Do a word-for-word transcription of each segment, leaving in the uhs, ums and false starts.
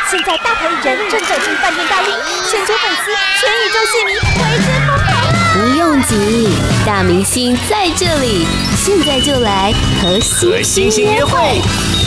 现在大牌艺人正走进饭店大厅，全球粉丝、全宇宙戏迷为之疯狂啊！不用急，大明星在这里，现在就来和星星约会。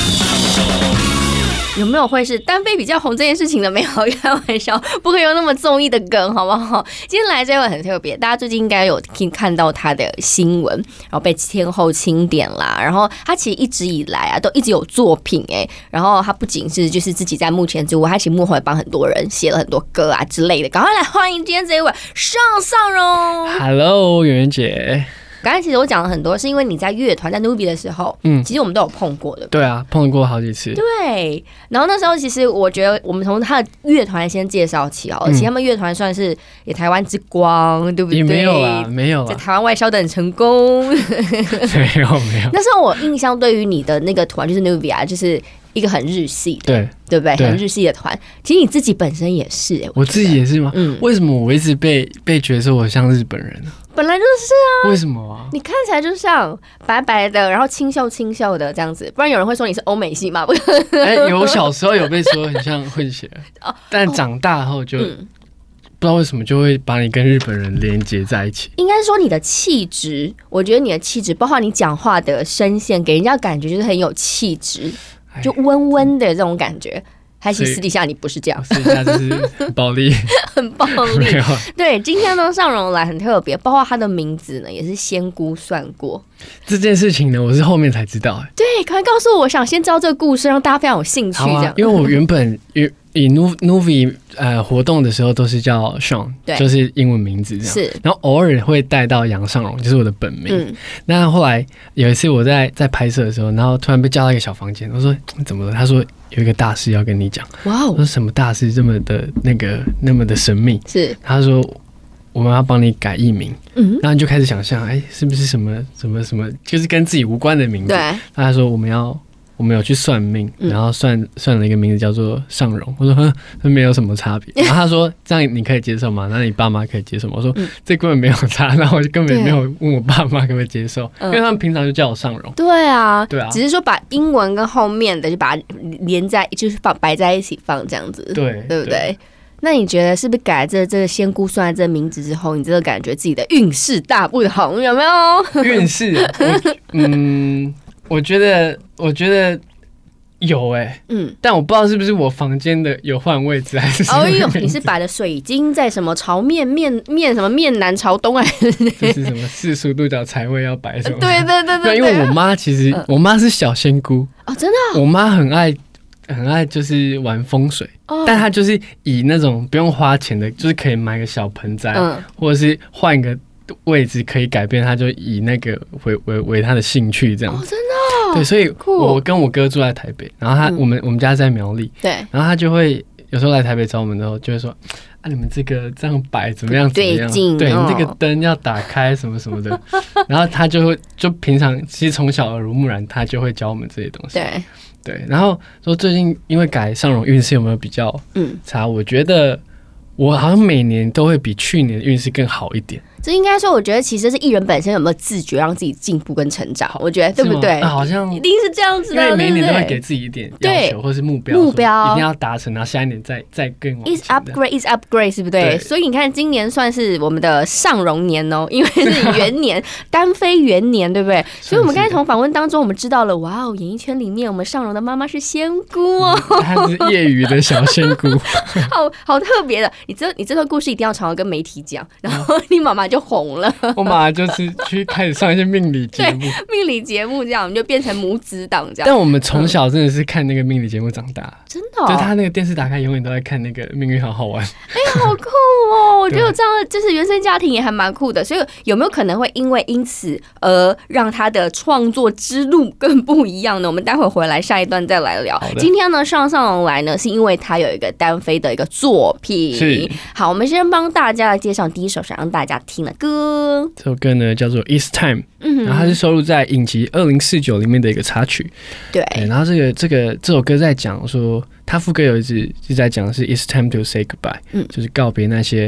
有没有会是单飞比较红这件事情的？没有，开玩笑，不可以有那么综艺的梗，好不好？今天来这位很特别，大家最近应该有看到他的新闻，然后被天后钦点啦。然后他其实一直以来啊，都一直有作品哎、欸。然后他不仅是就是自己在幕前之外，他其实幕后也帮很多人写了很多歌啊之类的。赶快来欢迎今天这一位尚尚荣。 Hello， 圆圆姐。 刚才其实我讲了很多，是因为你在乐团在 Nuvi 的时候，嗯，其实我们都有碰过的。 对啊，碰过好几次。 对，然后那时候其实我觉得我们从他的乐团先介绍起好了，嗯、其实他们乐团算是也台湾之光，对不对？ 也没有啊，没有啊， 在台湾外销的很成功。 没有没有。 那时候我印象对于你的那个团就是 Nuvi 啊，就是一个很日系的， 对对不对？ 对很日系的团。其实你自己本身也是、欸， 我, 我自己也是吗？嗯。为什么我一直被被觉得说我像日本人呢、啊？ 本来就是啊。 为什么啊？ 你看起来就像白白的，然后清秀清秀的这样子，不然有人会说你是欧美系嘛？ 哎、欸，有小时候有被说很像混血，但长大后就。嗯，不知道为什么就会把你跟日本人连接在一起。 应该说你的气质，我觉得你的气质，包括你讲话的声线，给人家感觉就是很有气质，就温温的这种感觉。还是私底下你不是这样， 私底下就是很暴力， 很暴力。对，今天呢，尚荣来很特别，包括他的名字呢，也是仙姑算过。 这件事情呢，我是后面才知道、欸。 对，快告诉我，我想先知道这个故事，让大家非常有兴趣。这样， 啊、因为我原本以 Nuvi 呃活动的时候都是叫 Sean， 就是英文名字这样。是，然后偶尔会带到杨尚荣，就是我的本名。嗯，那后来有一次我在在拍摄的时候，然后突然被叫到一个小房间，我说怎么了？他说有一个大事要跟你讲。哇哦！我说什么大事这么的那个那么的神秘？是，他说我们要帮你改艺名。嗯，然后你就开始想象，哎、欸，是不是什么什么什么，就是跟自己无关的名字？对。他说我们要。我们有去算命，然后算算了一个名字叫做尚荣。我说哼，这没有什么差别。然后他说这样你可以接受吗？那你爸妈可以接受吗？我说、嗯、这根本没有差。然后我就根本没有问我爸妈可不可以接受，因为他们平常就叫我尚荣。 对啊， 对啊， 只是说把英文跟后面的就把它连在，就是放摆在一起放这样子。对，对不对？对，那你觉得是不是改了这这个仙姑算了这个名字之后，你真的感觉自己的运势大不同？有没有？ 运势，嗯。我觉得，我觉得有哎、欸，嗯，但我不知道是不是我房间的有换位置还是什么。 哦呦，你是摆了水晶在什么朝面面面什么面南朝东还是？ 这是什么四十五度角财位要摆什么？ 对对对 对, 对， 因为我妈其实、嗯、我妈是小仙姑哦，真的、哦， 我妈很爱很爱就是玩风水，哦、但她就是以那种不用花钱的，就是可以买个小盆栽，嗯、或者是换一个位置可以改变，她就以那个为为为她的兴趣这样。 哦，真的、哦。 对，所以我跟我哥住在台北，然后他、嗯、我们我们家在苗栗，对，然后他就会有时候来台北找我们的时候，就会说啊，你们这个这样摆怎么样怎么样？对，你这个灯要打开什么什么的，然后他就会就平常其实从小耳濡目染，他就会教我们这些东西。对对，然后说最近因为改尚荣运势有没有比较差？嗯、我觉得我好像每年都会比去年的运势更好一点。 这应该说，我觉得其实是艺人本身有没有自觉让自己进步跟成长，我觉得对不对？ 啊、好像一定是这样子的， 因为每一年都会给自己一点要求或是目标，目标一定要达成，然后下一年再再更往前。 is upgrade is upgrade， 是不对？对，所以你看，今年算是我们的尚荣年哦，因为是元年，单飞元年，对不对？所以我们刚才从访问当中，我们知道了，哇哦，演艺圈里面我们尚荣的妈妈是仙姑哦， 她是业余的小仙姑， 好好特别的。你这你这段故事一定要常常跟媒体讲，然后你妈妈就红了。 我妈妈就是去开始上一些命理节目， 命理节目这样，我们就变成母子档这样。 但我们从小真的是看那个命理节目长大， 真的、哦， 就他那个电视打开，永远都在看那个《命运好好玩》。 哎呀，好酷哦！我觉得有这样的就是原生家庭也还蛮酷的。所以有没有可能会因为因此而让他的创作之路更不一样呢？我们待会回来下一段再来聊。今天呢，尚尚荣来呢，是因为他有一个单飞的一个作品。是，好，我们先帮大家来介绍第一首想让大家听的歌。 这首歌呢叫做 It's Time， 嗯、然后它是收录在影集二零四九里面的一个插曲。对，然后这个这个这首歌在讲说，他副歌有一句是在讲的是 It's time to say goodbye，、嗯、就是告别那些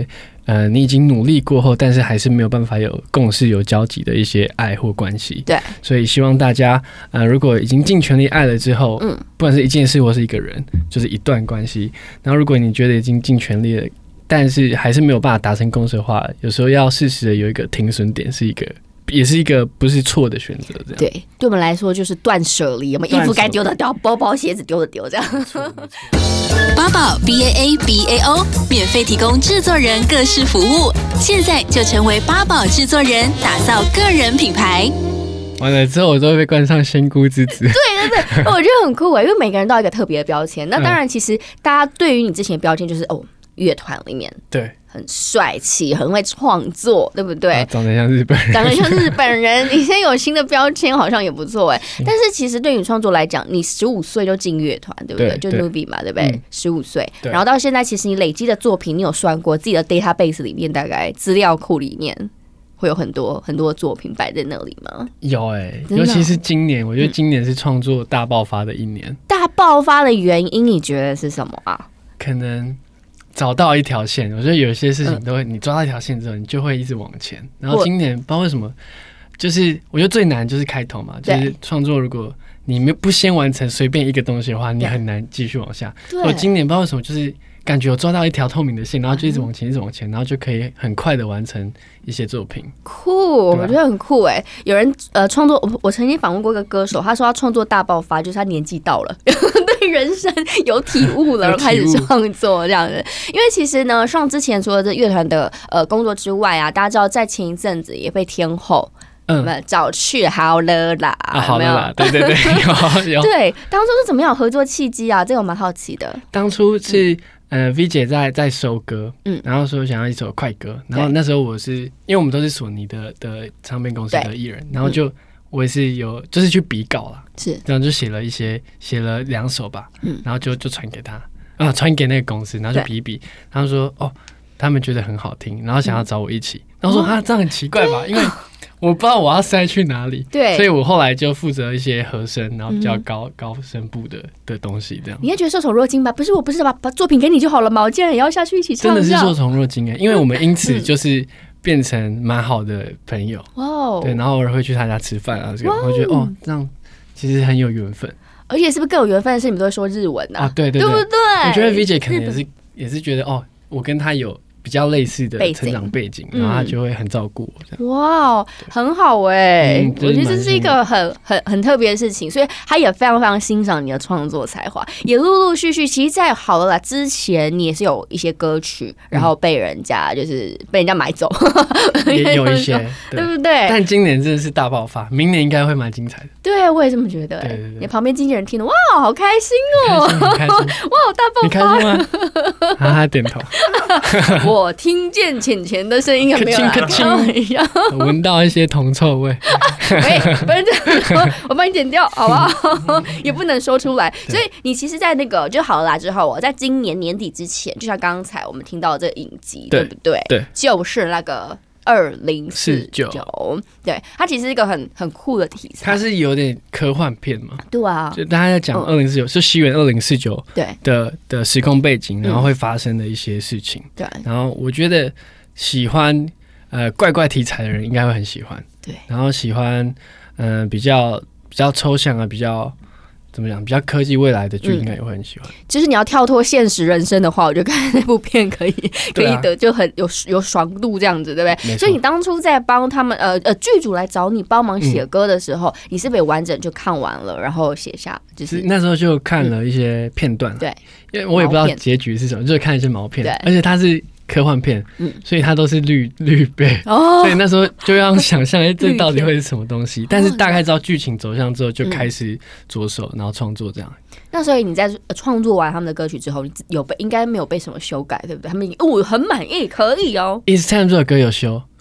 呃，你已经努力过后，但是还是没有办法有共识、有交集的一些爱或关系。 对， 所以希望大家，呃，如果已经尽全力爱了之后，嗯，不管是一件事或是一个人，就是一段关系。然后，如果你觉得已经尽全力了，但是还是没有办法达成共识的话，有时候要适时的有一个停损点，是一个。也是一个不是错的选择，这样对，对我们来说就是断舍离，我们衣服该丢的丢，包包鞋子丢的丢，这样。 八宝 B A A B A O 免费提供制作人各式服务，现在就成为八宝制作人，打造个人品牌。 完了之后，我都会被冠上仙姑之子。 对对对，我觉得很酷哎，因为每个人都有一个特别的标签。那当然，其实大家对于你之前的标签就是哦，乐团里面对。 很帅气，很会创作，对不对？ 啊、长得像日本人， 长得像日本人。你现在有新的标签，好像也不错哎。但是其实对你创作来讲，你十五岁就进乐团，对不对？对就 Nuvi 嘛，对不对？十五岁，然后到现在，其实你累积的作品，你有算过自己的 database 里面，大概资料库里面会有很多很多作品摆在那里吗？ 有哎、欸，尤其是今年，我觉得今年是创作大爆发的一年。 大爆发的原因，你觉得是什么啊？ 可能。找到一条线，我觉得有些事情都会，你抓到一条线之后，你就会一直往前。然后今年不知道为什么，就是我觉得最难就是开头嘛，就是创作，如果你不先完成随便一个东西的话，你很难继续往下。我今年不知道为什么，就是感觉我抓到一条透明的线，然后就一直往前，一直往前，然后就可以很快的完成一些作品。 酷，我觉得很酷哎！有人呃创作，我我曾经访问过一个歌手，他说他创作大爆发，就是他年纪到了。对人生有体悟了，然后开始创作这样子。因为其实呢，上之前除了这乐团的呃工作之外啊，大家知道在前一阵子也被天后嗯找去好了啦， 啊、好了啦，对对对，有有。 对，当初是怎么样合作契机啊？这个我蛮好奇的。 当初是、嗯、呃 V 姐在在收歌，嗯，然后说想要一首快歌，然后那时候我是因为我们都是索尼的的唱片公司的艺人，然后就。嗯我也是有，就是去比稿啦，是，然后就写了一些，写了两首吧，嗯，然后就就传给他，啊，传给那个公司，然后就比一比，然后说哦，他们觉得很好听，然后想要找我一起，嗯、然后说啊，这样很奇怪吧，因为我不知道我要塞去哪里，对，所以我后来就负责一些和声，然后比较高、嗯、高声部的的东西，这样。 你也觉得受宠若惊吧？不是，我不是把把作品给你就好了吗？我竟然也要下去一起唱， 真的是受宠若惊哎，因为我们因此就是。变成蛮好的朋友，哇、wow ，对，然后偶尔会去他家吃饭啊，这个、wow 我觉得哦，这样其实很有缘分， 而且是不是更有缘分的是你们都会说日文啊？ 啊，对对对, 对不对？ 我觉得 V 姐可能也是也是觉得哦，我跟他有。比较类似的成长背景，然后他就会很照顾我这样。哇， 很好哎、欸嗯，我觉得这是一个很很很特别的事情，所以他也非常非常欣赏你的创作才华，也陆陆续续，其实，在好了啦之前，你也是有一些歌曲，然后被人家就是被人家买走， 也有一些， 对不对？ 但今年真的是大爆发，明年应该会蛮精彩的。 对，我也这么觉得、欸。对对对，你旁边经纪人听了，哇，好开心哦、喔， 很开心， 哇，大爆发， 你开心吗？哈哈，点头。 我听见浅浅的声音，有没有？ 可亲闻到一些铜臭味。 喂，不是这样，我帮你剪掉，好不好？也不能说出来。所以你其实，在那个就好了啦之后，我在今年年底之前，就像刚才我们听到的这个影集，对不对？对，就是那个。二零四九，对，它其实是一个很很酷的题材， 它是有点科幻片嘛， 对啊， 就大家在讲二零四九是西元二零四九对的的时空背景，然后会发生的一些事情，对，然后我觉得喜欢呃怪怪题材的人应该会很喜欢，对，然后喜欢嗯、呃、比较比较抽象啊，比较。怎么讲？比较科技未来的剧应该也会很喜欢、嗯。 就是你要跳脱现实人生的话，我就看那部片可以、啊、可以的，就很有有爽度这样子，对不对？所以你当初在帮他们呃呃剧组来找你帮忙写歌的时候，嗯、你是不是完整就看完了，然后写下？就是那时候就看了一些片段、嗯，对，因为我也不知道结局是什么，就是看一些毛片，而且它是。科幻片，嗯，所以它都是绿绿背，哦，所以那时候就要想象，哎、欸，这到底会是什么东西？但是大概知道剧情走向之后，就开始着手，然后创作这样。 那所以你在创作完他们的歌曲之后，你有被应该没有被什么修改，对不对？他们哦很满意，可以哦。 It's Time 这首歌有修。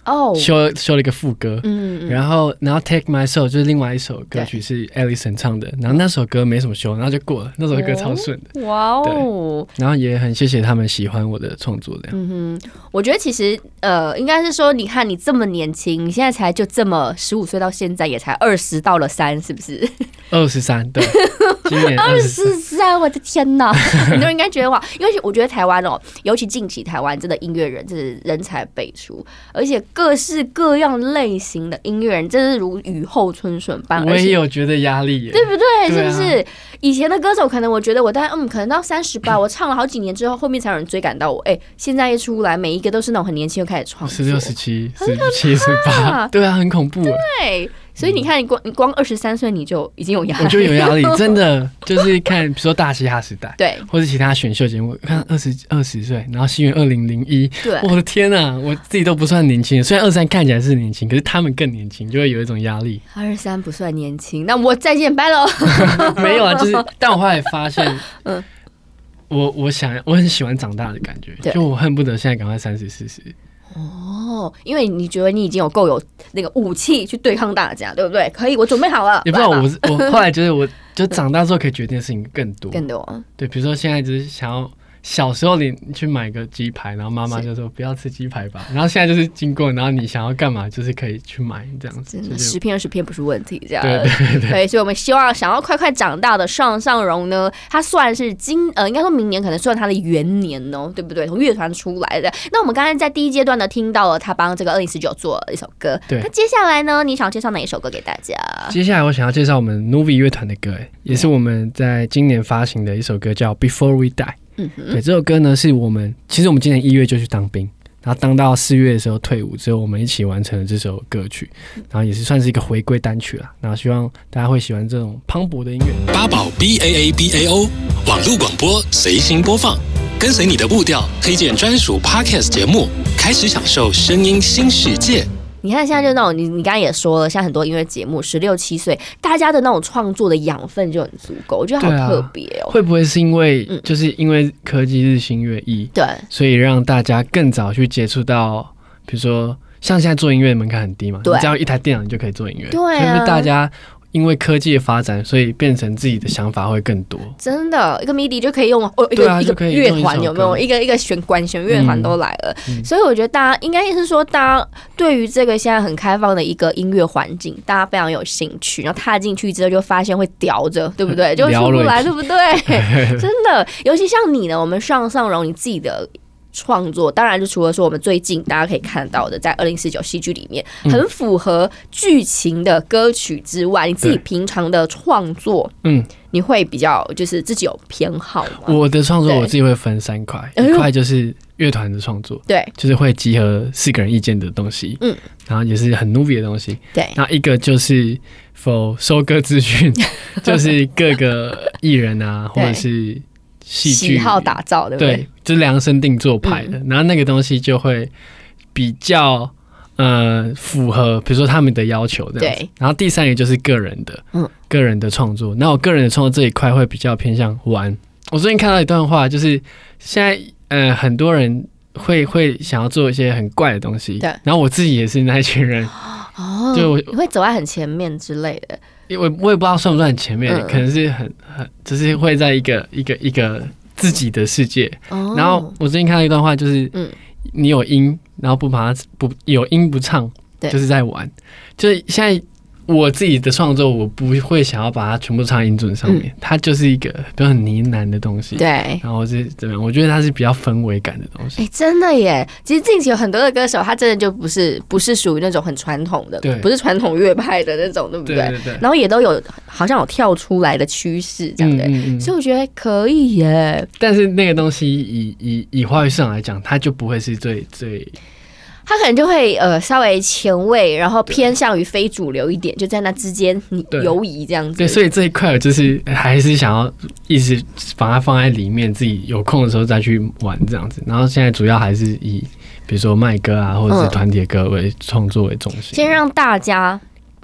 哦，修修了一个副歌，嗯，然后然后 Take My Soul 就是另外一首歌曲是 Alison 唱的，然后那首歌没什么修，然后就过了，那首歌超顺的，哇哦，然后也很谢谢他们喜欢我的创作这样。嗯哼，我觉得其实呃，应该是说，你看你这么年轻，你现在才就这么十五岁到现在也才二十到了三，是不是？ 二十三，对，今年二十三，我的天哪！很多人应该觉得哇，因为我觉得台湾哦，尤其近期台湾真的音乐人真是人才辈出，而且各式各样类型的音乐人真是如雨后春笋般。 我也有觉得压力耶， 对不对？是不是？以前的歌手可能我觉得我大概嗯，可能到三十八，我唱了好几年之后，后面才有人追赶到我。哎，现在一出来，每一个都是那种很年轻就开始创作， 十六、十七、十七、十八，对啊，很恐怖。 对。所以你看，你光你光二十三岁你就已经有压力， 我就有压力，真的就是看，比如说大嘻哈时代， 对， 或者其他选秀节目，看二十二十岁，然后西元二零零一， 对， 我的天啊，我自己都不算年轻，虽然二三看起来是年轻，可是他们更年轻，就会有一种压力。 二十三不算年轻，那我再见，拜喽。 没有啊，就是，但我后来发现，嗯，我我想我很喜欢长大的感觉，就我恨不得现在赶快三十四十。 哦，因为你觉得你已经有够有那个武器去对抗大家，对不对？可以，我准备好了。 也不知道我我后来觉得，我就长大之后可以决定的事情更多， 更多。 对，比如说现在只是想要。小时候你去买个鸡排，然后妈妈就说不要吃鸡排吧，然后现在就是经过，然后你想要干嘛就是可以去买这样子， 十片二十片不是问题，这样对对 对, 对，所以我们希望想要快快长大的尚尚荣呢，他算是今呃应该说明年可能算他的元年哦，对不对？从乐团出来的。那我们刚才在第一阶段呢听到了他帮这个二零四九做了一首歌， 对。 那接下来呢，你想介绍哪一首歌给大家？ 接下来我想要介绍我们 Novi 乐团的歌，也是我们在今年发行的一首歌，叫 Before We Die。对，这首歌呢是我们，其实我们今年一月就去当兵，然后当到四月的时候退伍之后，我们一起完成了这首歌曲，然后也是算是一个回归单曲啦。然后希望大家会喜欢这种磅礴的音乐。 八宝 B A A B A O 网络广播随心播放，跟随你的步调，推荐专属 Podcast 节目，开始享受声音新世界。 你看现在就那种你你刚刚也说了，像很多音乐节目，十六七岁，大家的那种创作的养分就很足够，我觉得好特别哦。 啊、会不会是因为、嗯、就是因为科技日新月异， 对， 所以让大家更早去接触到，比如说像现在做音乐门槛很低嘛，你只要一台电脑你就可以做音乐， 对啊， 所以大家。因为科技的发展，所以变成自己的想法会更多。 真的，一个 M I D I 就可以用，哦，一个、啊、一个乐团有没有？一个一个弦管弦乐团都来了、嗯，所以我觉得大家应该是说，大家对于这个现在很开放的一个音乐环境，大家非常有兴趣，然后踏进去之后就发现会叼着，对不对？就出不来，对不对？真的，尤其像你呢，我们尚尚荣你自己的。创作当然就除了说我们最近大家可以看到的在二零四九戏剧里面很符合剧情的歌曲之外，你自己平常的创作嗯你会比较就是自己有偏好吗？ 我的创作我自己会分三块，一块就是乐团的创作， 对， 就是会集合四个人意见的东西，嗯，然后也是很 Novi 的东西， 对， 然后一个就是否收割资讯，就是各个艺人啊或者是戏剧喜好打造，对不对？ 对，就是量身定做派的、嗯，然后那个东西就会比较呃符合，比如说他们的要求这样子。对。然后第三个就是个人的，嗯，个人的创作。那我个人的创作这一块会比较偏向玩。我最近看到一段话，就是现在呃很多人会会想要做一些很怪的东西，对。然后我自己也是那一群人， 哦，就你会走在很前面之类的。 我我也不知道算不算很前面，嗯、可能是很很，就是会在一个一个一个自己的世界。哦、然后我最近看到一段话，就是，嗯、你有音，然后不把它不有音不唱，就是在玩。就是现在我自己的创作，我不会想要把它全部唱在音准上面，嗯、它就是一个比较很呢喃的东西。 对， 然后是怎么样？我觉得它是比较氛围感的东西。 哎、欸，真的耶！其实近期有很多的歌手，他真的就不是不是属于那种很传统的，不是传统乐派的那种，对不对？ 对对对。 然后也都有好像有跳出来的趋势，这样的、嗯嗯嗯。所以我觉得可以耶。 但是那个东西以以以华语市场来讲，它就不会是最最。 他可能就会呃稍微前卫，然后偏向于非主流一点，就在那之间你游移这样子。 对，所以这一块我就是还是想要一直把它放在里面，自己有空的时候再去玩这样子。然后现在主要还是以比如说卖歌啊，或者是团体的歌为创作为中心。 先让大家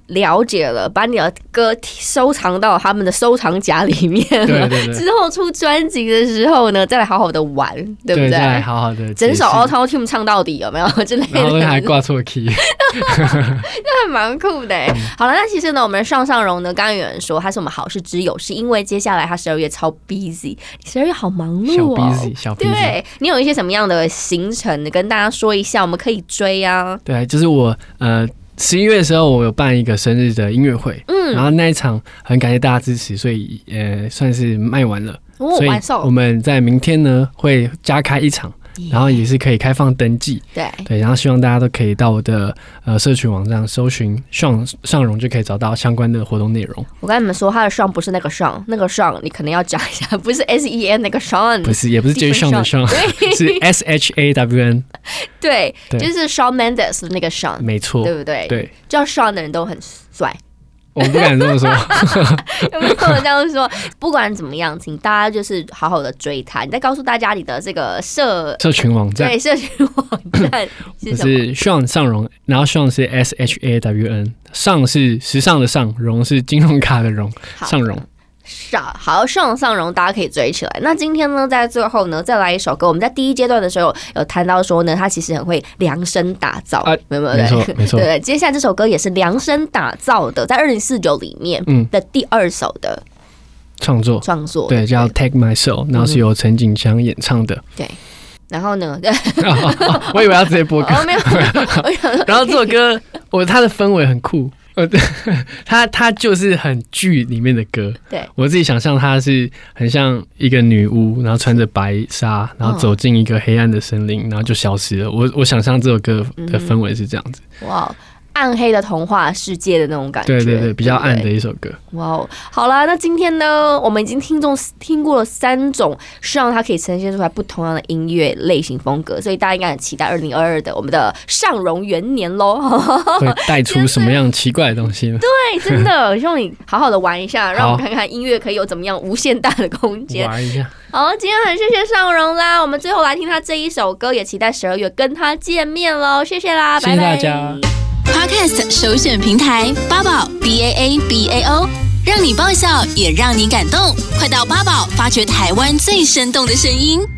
了解了，把你的歌收藏到他们的收藏夹里面了。 对对对。 之后出专辑的时候呢，再来好好的玩，对不对？ 再来好好的整首 Auto Tune 唱到底有没有之类的？ 然后还挂错 key， 那还蛮酷的。嗯、好了，那其实呢，我们上上荣呢，刚刚有人说他是我们好事之友，是因为接下来他十二月超 busy， 十二月好忙碌哦， 小 busy， 小 busy。 对，你有一些什么样的行程，你跟大家说一下，我们可以追啊。 对，就是我呃。十一月的时候，我有办一个生日的音乐会，嗯，然后那一场很感谢大家支持，所以呃算是卖完了， 哦、 所以我们在明天呢会加开一场。然后也是可以开放登记， 对对，然后希望大家都可以到我的呃社群网站搜寻上上荣，就可以找到相关的活动内容。 我跟你们说，他的上不是那个上，那个上你可能要讲一下，不是 S E N 那个上， 不是，也不是 J 上的上，是 S H A W N， 对，就是 Shawn Mendes 的那个上， 没错， 对不对？ 对， 叫上的人都很帅。 我不敢这么说， 有没有这样说？不管怎么样，请大家就是好好的追他。你再告诉大家你的这个社社群网站， 对，社群网站是什么？ 是 Sean 上荣，然后 Sean 是 S H A W N， 上是时尚的上，荣是金融卡的荣，上荣。 好，上上荣大家可以追起来。那今天呢，在最后呢，再来一首歌。我们在第一阶段的时候有谈到说呢，他其实很会量身打造，啊、没有没有？ 没错没错。 对，接下来这首歌也是量身打造的，在二零四九里面的第二首的创作创作， 对，叫 Take My Soul， 然后是由陈景祥演唱的。 对。然后呢？ 哦哦、我以为要直接播歌， 哦、没有。 然后这首歌，我它的氛围很酷。呃，他他就是很剧里面的歌，对我自己想象他是很像一个女巫，然后穿着白纱，然后走进一个黑暗的森林，然后就消失了。我我想象这首歌的氛围是这样子。 哇、嗯，暗黑的童话世界的那种感觉， 对对对，比较暗的一首歌。 哇哦，好啦，那今天呢，我们已经听众听过了三种，是让它可以呈现出来不同样的音乐类型风格，所以大家应该很期待二零二二的我们的上荣元年喽， 会带出什么样奇怪的东西呢？ 对，真的，希望你好好的玩一下，让我们看看音乐可以有怎么样无限大的空间。 玩一下。 好，今天很谢谢上荣啦，我们最后来听他这一首歌，也期待十二月跟他见面喽，谢谢啦， 谢谢大家。 Podcast 首选平台八宝 B A A B A O， 让你爆笑也让你感动，快到八宝发掘台湾最生动的声音。